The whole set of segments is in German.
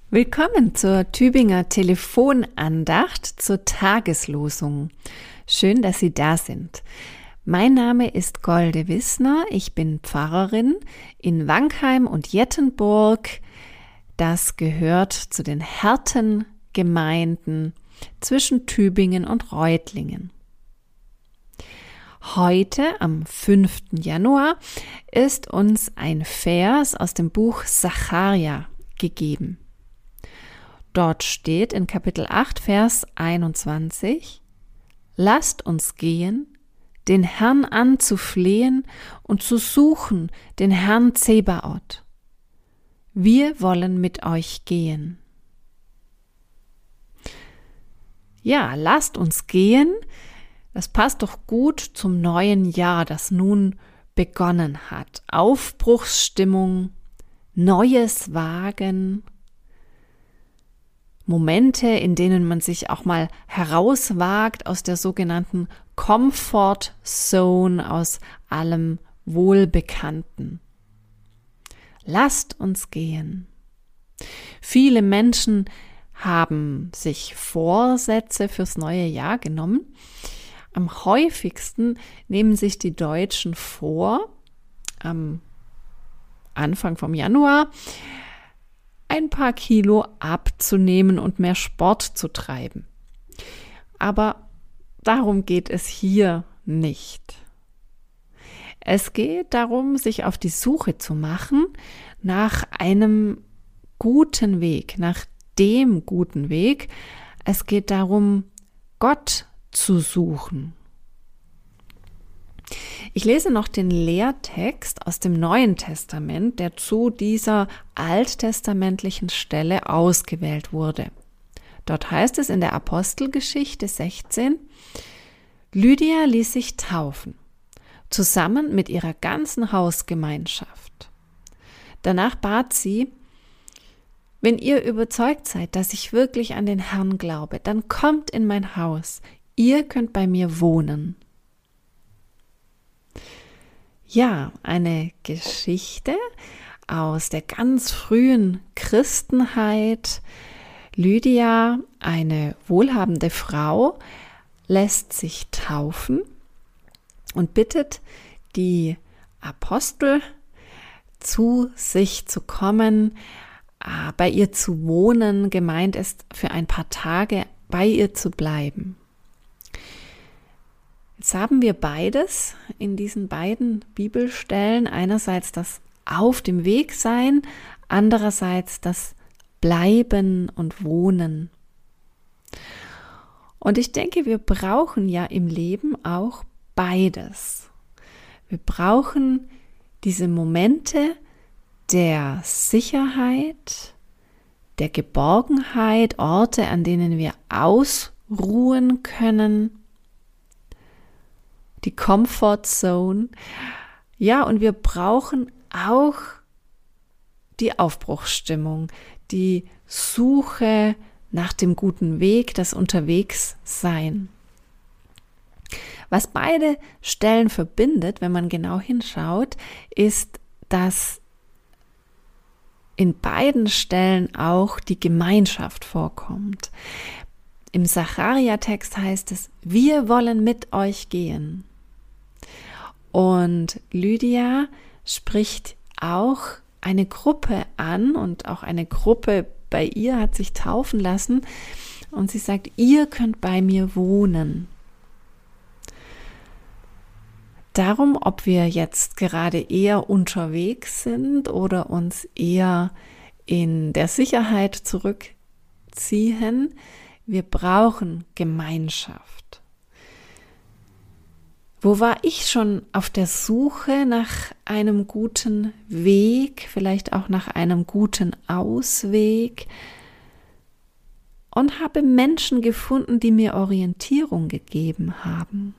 Willkommen zur Tübinger Telefonandacht zur Tageslosung. Schön, dass Sie da sind. Mein Name ist Golde Wissner, ich bin Pfarrerin in Wankheim und Jettenburg. Das gehört zu den Hertengemeinden zwischen Tübingen und Reutlingen. Heute, am 5. Januar, ist uns ein Vers aus dem Buch Sacharja gegeben. Dort steht in Kapitel 8, Vers 21: Lasst uns gehen, den Herrn anzuflehen und zu suchen, den Herrn Zebaoth. Wir wollen mit euch gehen. Ja, lasst uns gehen. Das passt doch gut zum neuen Jahr, das nun begonnen hat. Aufbruchsstimmung, neues Wagen, Momente, in denen man sich auch mal herauswagt aus der sogenannten Comfort Zone, aus allem Wohlbekannten. Lasst uns gehen. Viele Menschen haben sich Vorsätze fürs neue Jahr genommen. Am häufigsten nehmen sich die Deutschen vor, am Anfang vom Januar, ein paar Kilo abzunehmen und mehr Sport zu treiben. Aber darum geht es hier nicht. Es geht darum, sich auf die Suche zu machen nach einem guten Weg, nach dem guten Weg. Es geht darum, Gott zu suchen. Ich lese noch den Lehrtext aus dem Neuen Testament, der zu dieser alttestamentlichen Stelle ausgewählt wurde. Dort heißt es in der Apostelgeschichte 16: Lydia ließ sich taufen, zusammen mit ihrer ganzen Hausgemeinschaft. Danach bat sie: Wenn ihr überzeugt seid, dass ich wirklich an den Herrn glaube, dann kommt in mein Haus, ihr könnt bei mir wohnen. Ja, eine Geschichte aus der ganz frühen Christenheit. Lydia, eine wohlhabende Frau, lässt sich taufen und bittet die Apostel, zu sich zu kommen, bei ihr zu wohnen. Gemeint ist, für ein paar Tage bei ihr zu bleiben. Jetzt haben wir beides in diesen beiden Bibelstellen. Einerseits das Auf dem Weg sein, andererseits das Bleiben und Wohnen. Und ich denke, wir brauchen ja im Leben auch beides. Wir brauchen diese Momente der Sicherheit, der Geborgenheit, Orte, an denen wir ausruhen können, die Comfort Zone. Ja, und wir brauchen auch die Aufbruchsstimmung, die Suche nach dem guten Weg, das Unterwegssein. Was beide Stellen verbindet, wenn man genau hinschaut, ist, dass in beiden Stellen auch die Gemeinschaft vorkommt. Im Sacharja-Text heißt es: Wir wollen mit euch gehen. Und Lydia spricht auch eine Gruppe an und auch eine Gruppe bei ihr hat sich taufen lassen und sie sagt: Ihr könnt bei mir wohnen. Darum, ob wir jetzt gerade eher unterwegs sind oder uns eher in der Sicherheit zurückziehen, wir brauchen Gemeinschaft. Wo war ich schon auf der Suche nach einem guten Weg, vielleicht auch nach einem guten Ausweg und habe Menschen gefunden, die mir Orientierung gegeben haben.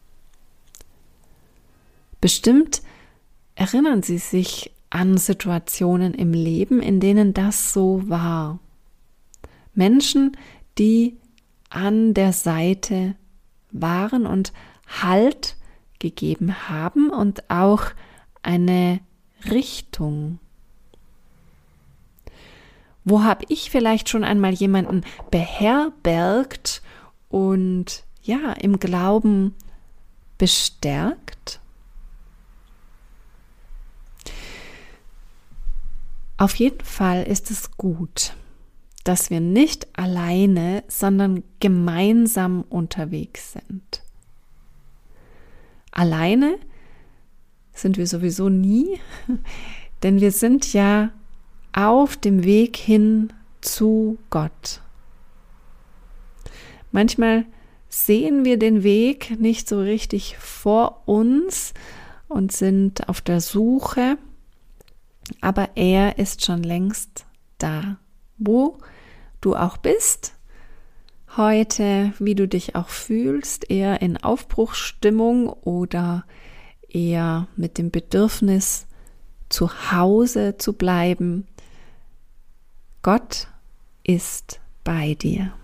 Bestimmt erinnern Sie sich an Situationen im Leben, in denen das so war. Menschen, die an der Seite waren und Halt gegeben haben und auch eine Richtung. Wo habe ich vielleicht schon einmal jemanden beherbergt und ja, im Glauben bestärkt? Auf jeden Fall ist es gut, dass wir nicht alleine, sondern gemeinsam unterwegs sind. Alleine sind wir sowieso nie, denn wir sind ja auf dem Weg hin zu Gott. Manchmal sehen wir den Weg nicht so richtig vor uns und sind auf der Suche, aber er ist schon längst da. Wo du auch bist, heute, wie du dich auch fühlst, eher in Aufbruchsstimmung oder eher mit dem Bedürfnis, zu Hause zu bleiben. Gott ist bei dir.